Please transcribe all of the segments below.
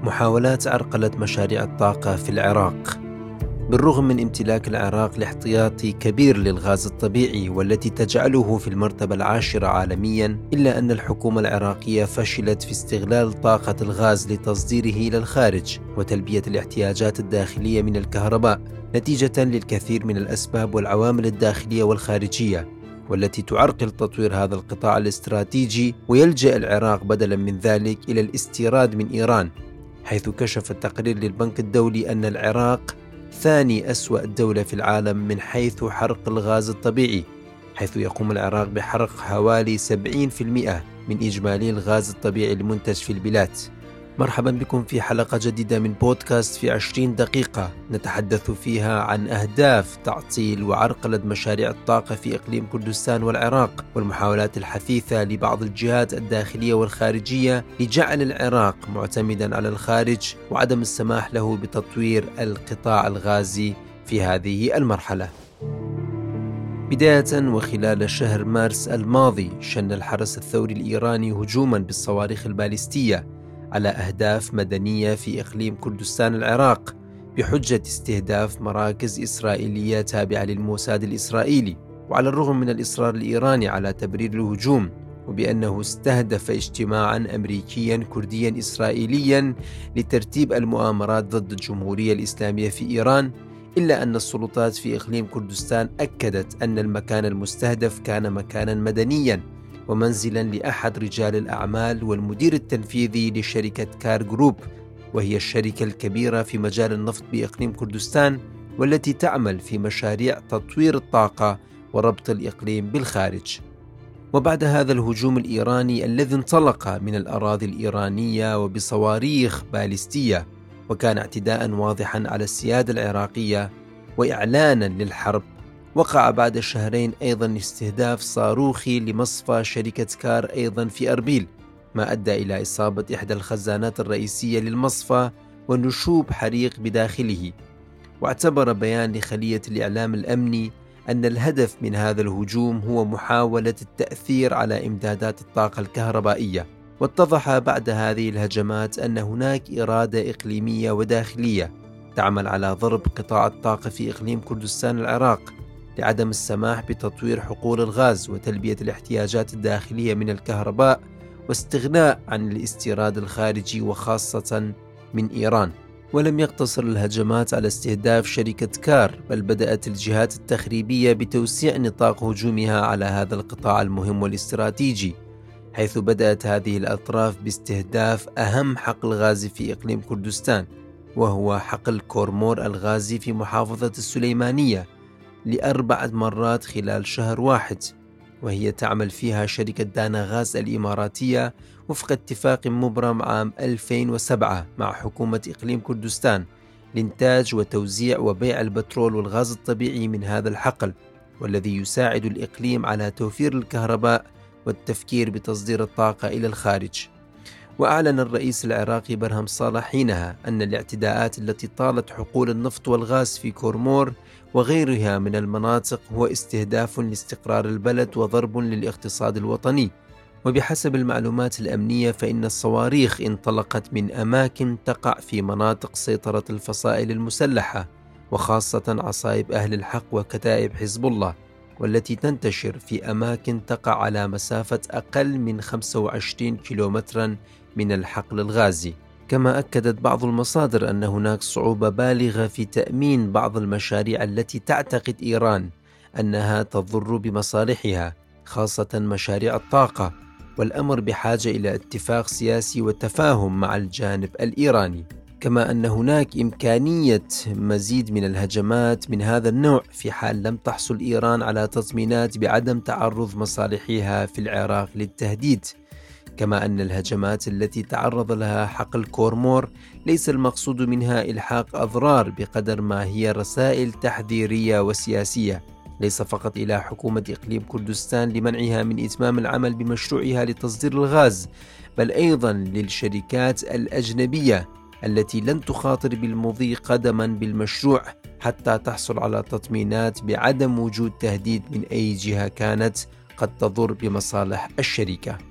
محاولات عرقلة مشاريع الطاقة في العراق. بالرغم من امتلاك العراق لاحتياطي كبير للغاز الطبيعي والتي تجعله في المرتبة 10 عالميا، إلا أن الحكومة العراقية فشلت في استغلال طاقة الغاز لتصديره إلى الخارج وتلبية الاحتياجات الداخلية من الكهرباء، نتيجة للكثير من الأسباب والعوامل الداخلية والخارجية والتي تعرقل تطوير هذا القطاع الاستراتيجي. ويلجأ العراق بدلا من ذلك إلى الاستيراد من إيران، حيث كشف التقرير للبنك الدولي أن العراق ثاني أسوأ دولة في العالم من حيث حرق الغاز الطبيعي، حيث يقوم العراق بحرق حوالي 70% من إجمالي الغاز الطبيعي المنتج في البلاد. مرحبا بكم في حلقة جديدة من بودكاست في 20 دقيقة نتحدث فيها عن أهداف تعطيل وعرقلة مشاريع الطاقة في إقليم كردستان والعراق، والمحاولات الحثيثة لبعض الجهات الداخلية والخارجية لجعل العراق معتمدا على الخارج وعدم السماح له بتطوير القطاع الغازي في هذه المرحلة. بداية وخلال شهر مارس الماضي شن الحرس الثوري الإيراني هجوما بالصواريخ الباليستية على أهداف مدنية في إقليم كردستان العراق بحجة استهداف مراكز إسرائيلية تابعة للموساد الإسرائيلي. وعلى الرغم من الإصرار الإيراني على تبرير الهجوم وبأنه استهدف اجتماعا أمريكيا كرديا إسرائيليا لترتيب المؤامرات ضد الجمهورية الإسلامية في إيران، إلا أن السلطات في إقليم كردستان أكدت أن المكان المستهدف كان مكانا مدنيا ومنزلا لأحد رجال الأعمال والمدير التنفيذي لشركة كار جروب، وهي الشركة الكبيرة في مجال النفط بإقليم كردستان والتي تعمل في مشاريع تطوير الطاقة وربط الإقليم بالخارج. وبعد هذا الهجوم الإيراني الذي انطلق من الأراضي الإيرانية وبصواريخ باليستية، وكان اعتداء واضحا على السيادة العراقية وإعلانا للحرب، وقع بعد شهرين أيضا استهداف صاروخي لمصفى شركة كار أيضا في أربيل، ما أدى إلى إصابة إحدى الخزانات الرئيسية للمصفى ونشوب حريق بداخله. واعتبر بيان لخلية الإعلام الأمني أن الهدف من هذا الهجوم هو محاولة التأثير على إمدادات الطاقة الكهربائية. واتضح بعد هذه الهجمات أن هناك إرادة إقليمية وداخلية تعمل على ضرب قطاع الطاقة في إقليم كردستان العراق لعدم السماح بتطوير حقول الغاز وتلبية الاحتياجات الداخلية من الكهرباء واستغناء عن الاستيراد الخارجي وخاصة من إيران. ولم يقتصر الهجمات على استهداف شركة كار، بل بدأت الجهات التخريبية بتوسيع نطاق هجومها على هذا القطاع المهم والاستراتيجي، حيث بدأت هذه الأطراف باستهداف أهم حقل غازي في إقليم كردستان، وهو حقل كورمور الغازي في محافظة السليمانية، ل4 مرات خلال شهر واحد، وهي تعمل فيها شركة دانا غاز الإماراتية وفق اتفاق مبرم عام 2007 مع حكومة إقليم كردستان لإنتاج وتوزيع وبيع البترول والغاز الطبيعي من هذا الحقل، والذي يساعد الإقليم على توفير الكهرباء والتفكير بتصدير الطاقة إلى الخارج. وأعلن الرئيس العراقي برهم صالح حينها أن الاعتداءات التي طالت حقول النفط والغاز في كورمور وغيرها من المناطق هو استهداف لاستقرار البلد وضرب للاقتصاد الوطني. وبحسب المعلومات الأمنية فإن الصواريخ انطلقت من أماكن تقع في مناطق سيطرة الفصائل المسلحة، وخاصة عصائب أهل الحق وكتائب حزب الله، والتي تنتشر في أماكن تقع على مسافة أقل من 25 كيلومترا من الحقل الغازي. كما أكدت بعض المصادر أن هناك صعوبة بالغة في تأمين بعض المشاريع التي تعتقد إيران أنها تضر بمصالحها، خاصة مشاريع الطاقة، والأمر بحاجة إلى اتفاق سياسي وتفاهم مع الجانب الإيراني. كما أن هناك إمكانية مزيد من الهجمات من هذا النوع في حال لم تحصل إيران على تضمينات بعدم تعرض مصالحها في العراق للتهديد. كما أن الهجمات التي تعرض لها حقل كورمور ليس المقصود منها إلحاق أضرار بقدر ما هي رسائل تحذيرية وسياسية، ليس فقط إلى حكومة إقليم كردستان لمنعها من إتمام العمل بمشروعها لتصدير الغاز، بل أيضا للشركات الأجنبية التي لن تخاطر بالمضي قدما بالمشروع حتى تحصل على تطمينات بعدم وجود تهديد من أي جهة كانت قد تضر بمصالح الشركة.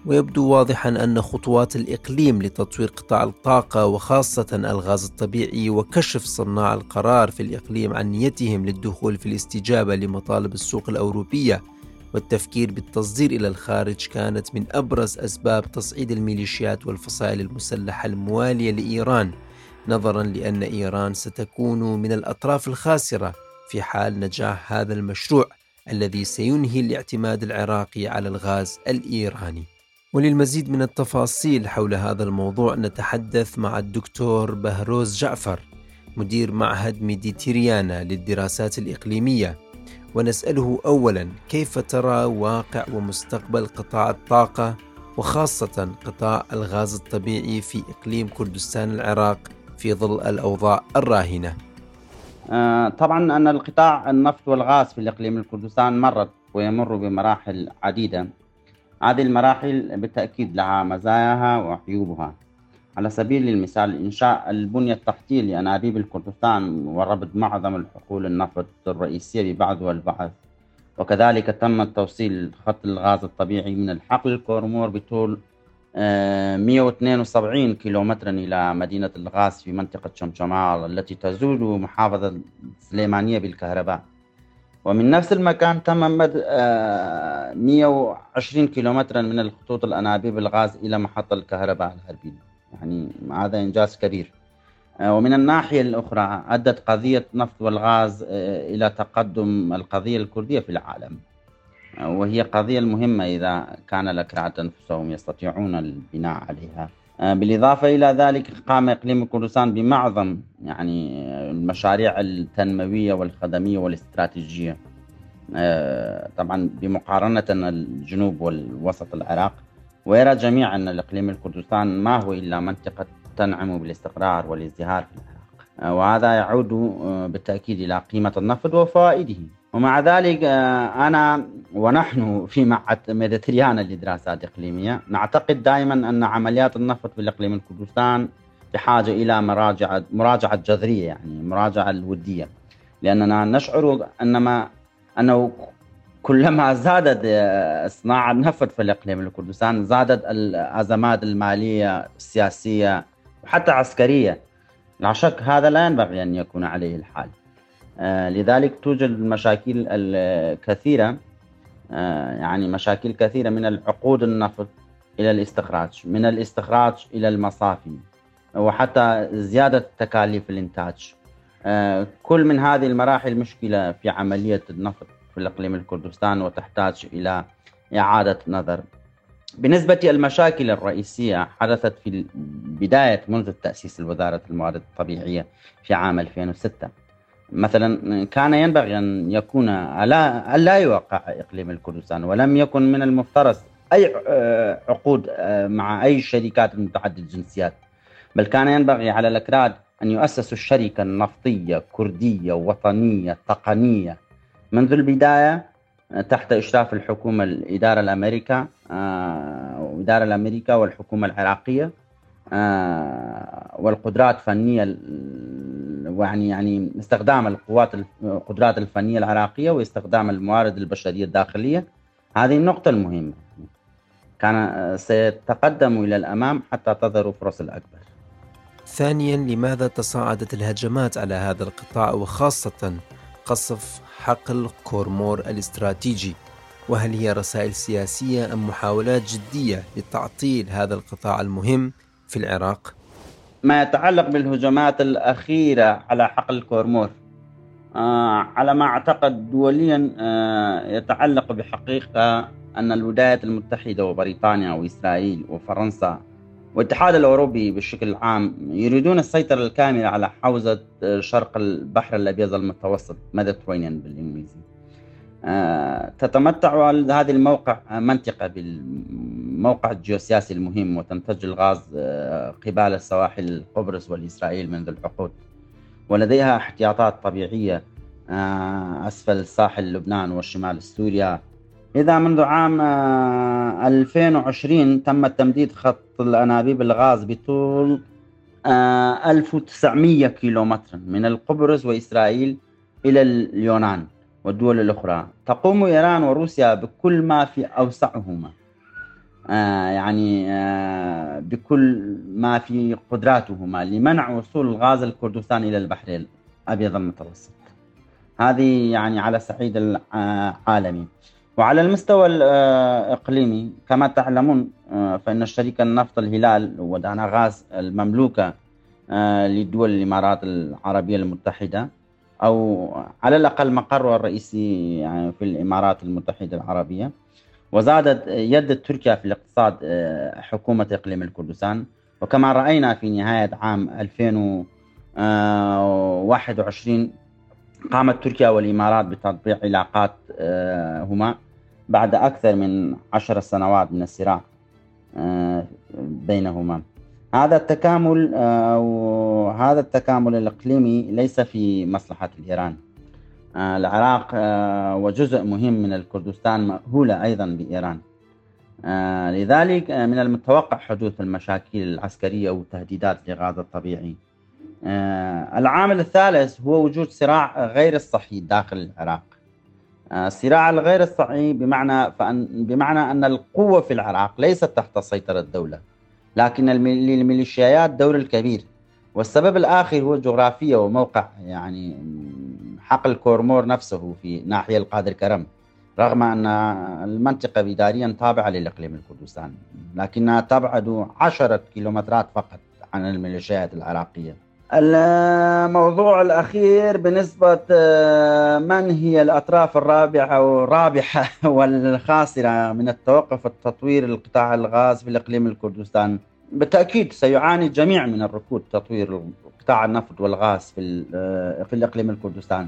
ويبدو واضحا أن خطوات الإقليم لتطوير قطاع الطاقة وخاصة الغاز الطبيعي وكشف صناع القرار في الإقليم عن نيتهم للدخول في الاستجابة لمطالب السوق الأوروبية والتفكير بالتصدير إلى الخارج كانت من أبرز أسباب تصعيد الميليشيات والفصائل المسلحة الموالية لإيران، نظرا لأن إيران ستكون من الأطراف الخاسرة في حال نجاح هذا المشروع الذي سينهي الاعتماد العراقي على الغاز الإيراني. وللمزيد من التفاصيل حول هذا الموضوع نتحدث مع الدكتور بهروز جعفر مدير معهد ميديتيريانا للدراسات الإقليمية، ونسأله أولا كيف ترى واقع ومستقبل قطاع الطاقة وخاصة قطاع الغاز الطبيعي في إقليم كردستان العراق في ظل الأوضاع الراهنة. طبعا أن القطاع النفط والغاز في الإقليم الكردستان مرت ويمر بمراحل عديدة. هذه المراحل بالتأكيد لها مزاياها وعيوبها. على سبيل المثال إنشاء البنية التحتية لأنابيب الكردستان وربط معظم الحقول النفط الرئيسية ببعضها البعض، وكذلك تم توصيل خط الغاز الطبيعي من الحقل الكورمور بطول 172 كيلومترا إلى مدينة الغاز في منطقة شمشمال التي تزود محافظة السليمانية بالكهرباء. ومن نفس المكان تم مد 120 كيلومترا من الخطوط الأنابيب الغاز إلى محطة الكهرباء الهربيل، يعني هذا إنجاز كبير. ومن الناحية الأخرى أدت قضية النفط والغاز إلى تقدم القضية الكردية في العالم، وهي قضية مهمة إذا كان الأكراد أنفسهم يستطيعون البناء عليها. بالإضافة إلى ذلك قام إقليم كردستان بمعظم المشاريع التنموية والخدمية والاستراتيجية، طبعا بمقارنة الجنوب والوسط العراق. ويرى جميعا أن الإقليم الكردستان ما هو إلا منطقة تنعم بالاستقرار والازدهار في العراق، وهذا يعود بالتأكيد إلى قيمة النفط وفوائده. ومع ذلك أنا ونحن في معهد ميديتيريانا لدراسات إقليمية نعتقد دائما أن عمليات النفط في الإقليم الكردستان بحاجة إلى مراجعة جذرية، يعني مراجعة الودية، لأننا نشعر أنه كلما زادت صناعة النفط في الإقليم الكردستان زادت الأزمات المالية السياسية وحتى عسكرية. لا شك هذا لا ينبغي أن يكون عليه الحال. لذلك توجد مشاكل كثيرة، يعني مشاكل كثيرة من العقود النفط إلى الاستخراج، من الاستخراج إلى المصافي، وحتى زيادة تكاليف الإنتاج. كل من هذه المراحل مشكلة في عملية النفط في الإقليم الكردستان وتحتاج إلى إعادة نظر. بالنسبة للمشاكل الرئيسية حدثت في بداية منذ تأسيس وزارة الموارد الطبيعية في عام 2006. مثلا كان ينبغي أن يكون لا يوقع إقليم الكردستان، ولم يكن من المفترض أي عقود مع أي شركات متعددة الجنسيات، بل كان ينبغي على الأكراد أن يؤسسوا الشركة النفطية كردية وطنية تقنية منذ البداية تحت إشراف الحكومة الإدارة الأمريكا والحكومة العراقية، والقدرات الفنية، يعني استخدام القدرات الفنية العراقية واستخدام الموارد البشرية الداخلية. هذه النقطة المهمة، كان سيتقدم إلى الأمام حتى تظهر فرص الأكبر. ثانيا، لماذا تصاعدت الهجمات على هذا القطاع وخاصة قصف حقل كورمور الاستراتيجي؟ وهل هي رسائل سياسية أم محاولات جدية لتعطيل هذا القطاع المهم في العراق؟ ما يتعلق بالهجمات الأخيرة على حقل كورمور، على ما أعتقد دوليا يتعلق بحقيقة أن الولايات المتحدة وبريطانيا وإسرائيل وفرنسا والاتحاد الأوروبي بشكل عام يريدون السيطرة الكاملة على حوزة شرق البحر الأبيض المتوسط، ميديترينيان بالإنجليزي. تتمتع هذه الموقع منطقة بالموقع الجيوسياسي المهم، وتنتج الغاز قبال السواحل قبرص والإسرائيل منذ العقود، ولديها احتياطات طبيعية أسفل ساحل لبنان وشمال سوريا. إذا منذ عام 2020 تم تمديد خط الأنابيب الغاز بطول 1900 كيلومتر من القبرص وإسرائيل إلى اليونان والدول الأخرى. تقوم إيران وروسيا بكل ما في أوسعهما يعني بكل ما في قدراتهما لمنع وصول الغاز الكردستان إلى البحر الأبيض المتوسط. هذه يعني على الصعيد العالمي. وعلى المستوى الإقليمي كما تعلمون فإن شركة النفط الهلال ودانا غاز المملوكة لدول الإمارات العربية المتحدة، أو على الأقل مقرها الرئيسي يعني في الإمارات المتحدة العربية. وزادت يد تركيا في الاقتصاد حكومة إقليم الكردستان. وكما رأينا في نهاية عام 2021 قامت تركيا والإمارات بتطبيع علاقات هما بعد أكثر من 10 سنوات من الصراع بينهما. هذا التكامل الإقليمي ليس في مصلحة إيران. العراق وجزء مهم من الكردستان مأهولة أيضا بإيران، لذلك من المتوقع حدوث المشاكل العسكرية والتهديدات للغاز الطبيعي. العامل الثالث هو وجود صراع غير الصحي داخل العراق. الصراع الغير الصحي بمعنى أن القوة في العراق ليست تحت سيطرة الدولة، لكن للميليشيات دور الكبير. والسبب الآخر هو الجغرافية وموقع يعني حقل كورمور نفسه في ناحية القادر كرم، رغم أن المنطقة إداريا تابعة للإقليم الكردستان، لكنها تبعد 10 كيلومترات فقط عن الميليشيات العراقية. الموضوع الأخير بالنسبة من هي الأطراف الرابحة والخاسرة من التوقف التطوير القطاع الغاز في الإقليم الكردستان. بالتأكيد سيعاني الجميع من الركود تطوير قطاع النفط والغاز في الإقليم الكردستان.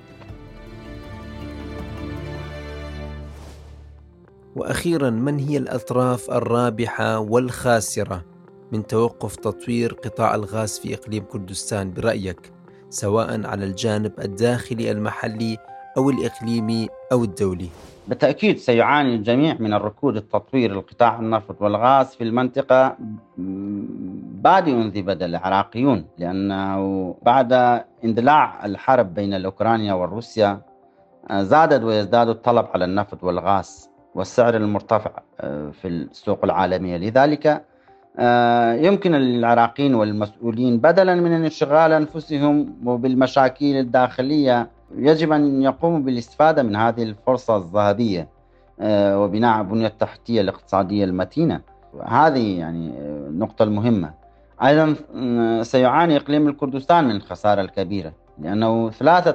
وأخيرا، من هي الأطراف الرابحة والخاسرة من توقف تطوير قطاع الغاز في إقليم كردستان برأيك، سواء على الجانب الداخلي المحلي أو الإقليمي أو الدولي؟ بالتأكيد سيعاني الجميع من الركود التطوير القطاع النفط والغاز في المنطقة بادئ ذي بدء العراقيون، لأنه بعد اندلاع الحرب بين أوكرانيا وروسيا زادت ويزداد الطلب على النفط والغاز والسعر المرتفع في السوق العالمية. لذلك يمكن للعراقيين والمسؤولين بدلا من انشغال أنفسهم بالمشاكل الداخلية يجب أن يقوموا بالاستفادة من هذه الفرصة الذهبية وبناء بنية التحتية الاقتصادية المتينة. هذه يعني النقطة المهمة. أيضا سيعاني إقليم الكردستان من الخسارة الكبيرة، لأنه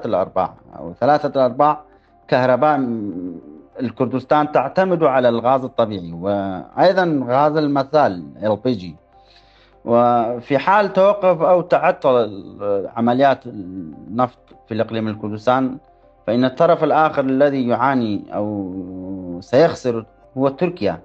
3/4 كهرباء الكردستان تعتمد على الغاز الطبيعي وأيضا غاز المثال LPG. وفي حال توقف أو تعطل عمليات النفط في الإقليم الكردستان فإن الطرف الآخر الذي يعاني أو سيخسر هو تركيا،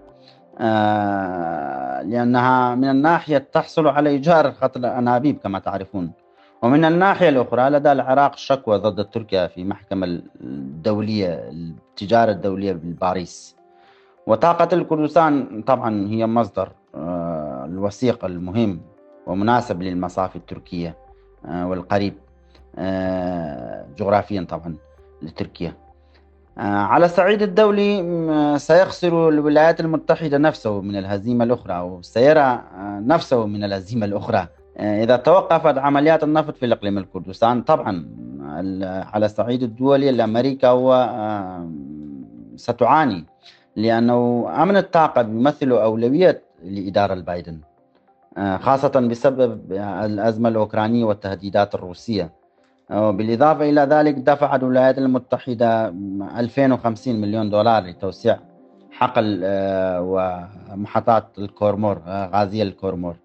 لأنها من الناحية تحصل على إيجار خط الأنابيب كما تعرفون، ومن الناحية الأخرى لدى العراق شكوى ضد تركيا في محكمة الدولية التجارة الدولية بباريس. وطاقة الكردستان طبعا هي مصدر الوثيق المهم ومناسب للمصافي التركية والقريب جغرافيا طبعا لتركيا. على الصعيد الدولي سيخسر الولايات المتحدة نفسه من الهزيمة الأخرى، أو سيرى نفسه من الهزيمة الأخرى إذا توقفت عمليات النفط في الإقليم الكردستان. طبعا على الصعيد الدولي الأمريكا ستعاني، لأنه أمن الطاقة يمثل أولوية لإدارة بايدن، خاصة بسبب الأزمة الأوكرانية والتهديدات الروسية. بالإضافة إلى ذلك دفعت الولايات المتحدة 2050 مليون دولار لتوسيع حقل ومحطات الكورمور غازية الكورمور.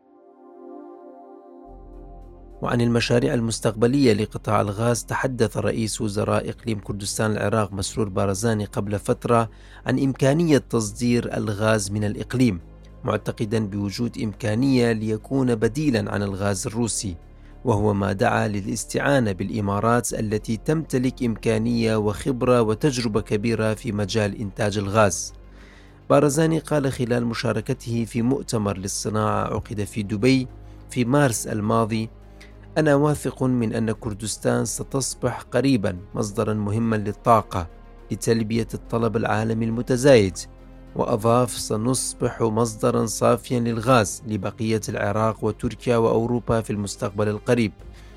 وعن المشاريع المستقبلية لقطاع الغاز تحدث رئيس وزراء إقليم كردستان العراق مسرور بارزاني قبل فترة عن إمكانية تصدير الغاز من الإقليم، معتقدا بوجود إمكانية ليكون بديلا عن الغاز الروسي، وهو ما دعا للاستعانة بالإمارات التي تمتلك إمكانية وخبرة وتجربة كبيرة في مجال إنتاج الغاز. بارزاني قال خلال مشاركته في مؤتمر للصناعة عقد في دبي في مارس الماضي: أنا واثق من أن كردستان ستصبح قريبا مصدرا مهما للطاقة لتلبية الطلب العالمي المتزايد، وأضاف: سنصبح مصدرا صافيا للغاز لبقية العراق وتركيا وأوروبا في المستقبل القريب،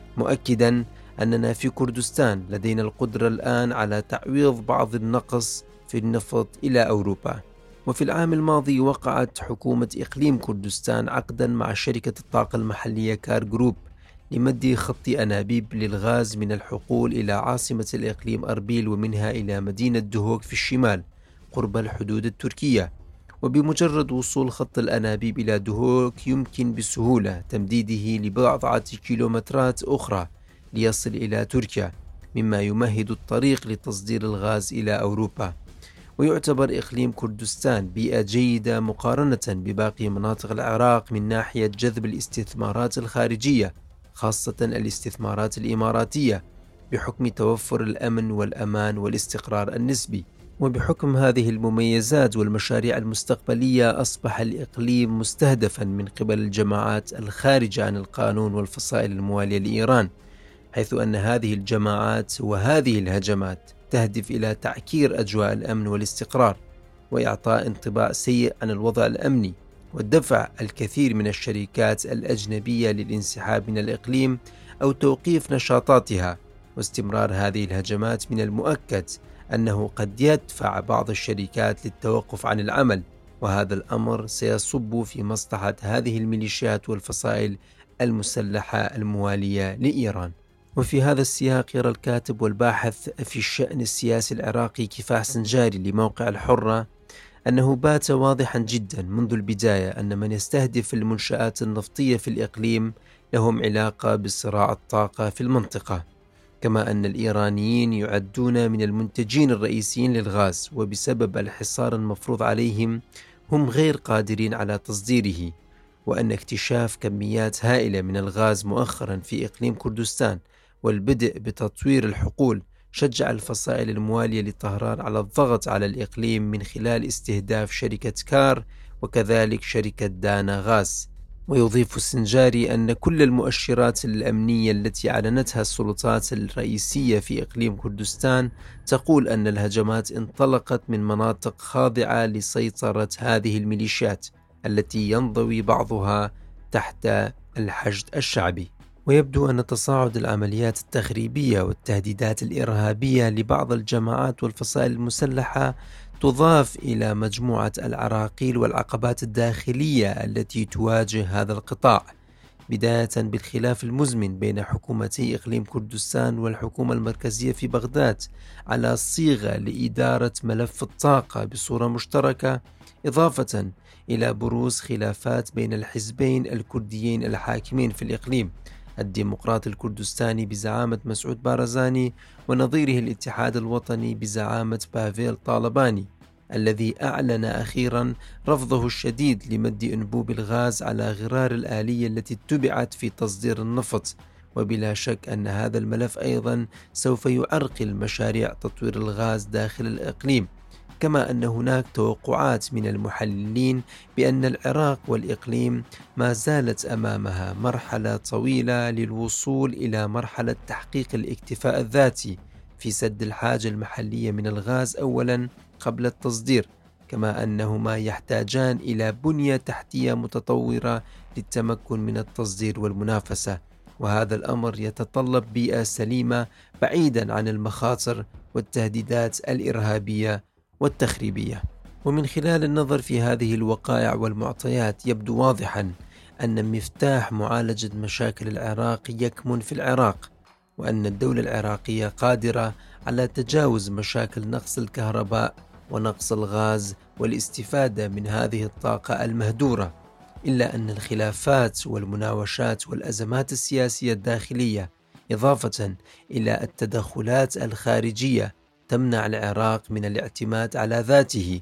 مؤكدا أننا في كردستان لدينا القدرة الآن على تعويض بعض النقص في النفط إلى أوروبا. وفي العام الماضي وقعت حكومة إقليم كردستان عقدا مع شركة الطاقة المحلية كار جروب لمد خط أنابيب للغاز من الحقول إلى عاصمة الإقليم أربيل ومنها إلى مدينة دهوك في الشمال قرب الحدود التركية. وبمجرد وصول خط الأنابيب إلى دهوك يمكن بسهولة تمديده لبضعة كيلومترات أخرى ليصل إلى تركيا، مما يمهد الطريق لتصدير الغاز إلى أوروبا. ويعتبر إقليم كردستان بيئة جيدة مقارنة بباقي مناطق العراق من ناحية جذب الاستثمارات الخارجية، خاصة الاستثمارات الإماراتية، بحكم توفر الأمن والأمان والاستقرار النسبي. وبحكم هذه المميزات والمشاريع المستقبلية أصبح الإقليم مستهدفا من قبل الجماعات الخارجة عن القانون والفصائل الموالية لإيران، حيث أن هذه الجماعات وهذه الهجمات تهدف إلى تعكير أجواء الأمن والاستقرار وإعطاء انطباع سيء عن الوضع الأمني، ودفع الكثير من الشركات الأجنبية للانسحاب من الإقليم أو توقيف نشاطاتها. واستمرار هذه الهجمات من المؤكد أنه قد يدفع بعض الشركات للتوقف عن العمل، وهذا الأمر سيصب في مصلحة هذه الميليشيات والفصائل المسلحة الموالية لإيران. وفي هذا السياق يرى الكاتب والباحث في الشأن السياسي العراقي كفاح سنجاري لموقع الحرة أنه بات واضحا جدا منذ البداية أن من يستهدف المنشآت النفطية في الإقليم لهم علاقة بصراع الطاقة في المنطقة، كما أن الإيرانيين يعدون من المنتجين الرئيسيين للغاز، وبسبب الحصار المفروض عليهم هم غير قادرين على تصديره، وأن اكتشاف كميات هائلة من الغاز مؤخرا في إقليم كردستان والبدء بتطوير الحقول شجع الفصائل الموالية لطهران على الضغط على الإقليم من خلال استهداف شركة كار وكذلك شركة دانا غاز. ويضيف السنجاري أن كل المؤشرات الأمنية التي أعلنتها السلطات الرئيسية في إقليم كردستان تقول أن الهجمات انطلقت من مناطق خاضعة لسيطرة هذه الميليشيات التي ينضوي بعضها تحت الحشد الشعبي. ويبدو أن تصاعد العمليات التخريبية والتهديدات الإرهابية لبعض الجماعات والفصائل المسلحة تضاف إلى مجموعة العراقيل والعقبات الداخلية التي تواجه هذا القطاع، بداية بالخلاف المزمن بين حكومتي إقليم كردستان والحكومة المركزية في بغداد على صيغة لإدارة ملف الطاقة بصورة مشتركة، إضافة إلى بروز خلافات بين الحزبين الكرديين الحاكمين في الإقليم، الديمقراطي الكردستاني بزعامة مسعود بارزاني ونظيره الاتحاد الوطني بزعامة بافيل طالباني، الذي أعلن أخيرا رفضه الشديد لمد أنبوب الغاز على غرار الآلية التي اتبعت في تصدير النفط. وبلا شك أن هذا الملف أيضا سوف يعرقل مشاريع تطوير الغاز داخل الإقليم، كما أن هناك توقعات من المحللين بأن العراق والإقليم ما زالت أمامها مرحلة طويلة للوصول إلى مرحلة تحقيق الاكتفاء الذاتي في سد الحاجة المحلية من الغاز أولا قبل التصدير، كما أنهما يحتاجان إلى بنية تحتية متطورة للتمكن من التصدير والمنافسة، وهذا الأمر يتطلب بيئة سليمة بعيدا عن المخاطر والتهديدات الإرهابية والتخريبية. ومن خلال النظر في هذه الوقائع والمعطيات يبدو واضحا أن مفتاح معالجة مشاكل العراق يكمن في العراق، وأن الدولة العراقية قادرة على تجاوز مشاكل نقص الكهرباء ونقص الغاز والاستفادة من هذه الطاقة المهدورة، إلا أن الخلافات والمناوشات والأزمات السياسية الداخلية إضافة إلى التدخلات الخارجية تمنع العراق من الاعتماد على ذاته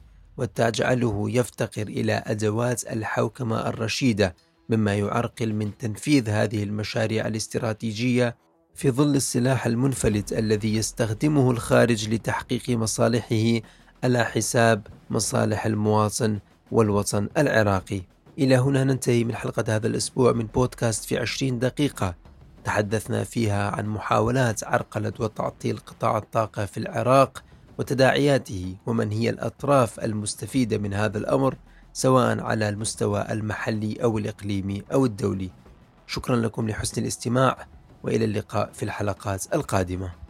وتجعله يفتقر إلى أدوات الحوكمة الرشيدة، مما يعرقل من تنفيذ هذه المشاريع الاستراتيجية في ظل السلاح المنفلت الذي يستخدمه الخارج لتحقيق مصالحه على حساب مصالح المواطن والوطن العراقي. إلى هنا ننتهي من حلقة هذا الأسبوع من بودكاست في 20 دقيقة، تحدثنا فيها عن محاولات عرقلة وتعطيل قطاع الطاقة في العراق وتداعياته، ومن هي الأطراف المستفيدة من هذا الأمر سواء على المستوى المحلي أو الإقليمي أو الدولي. شكرا لكم لحسن الاستماع، وإلى اللقاء في الحلقات القادمة.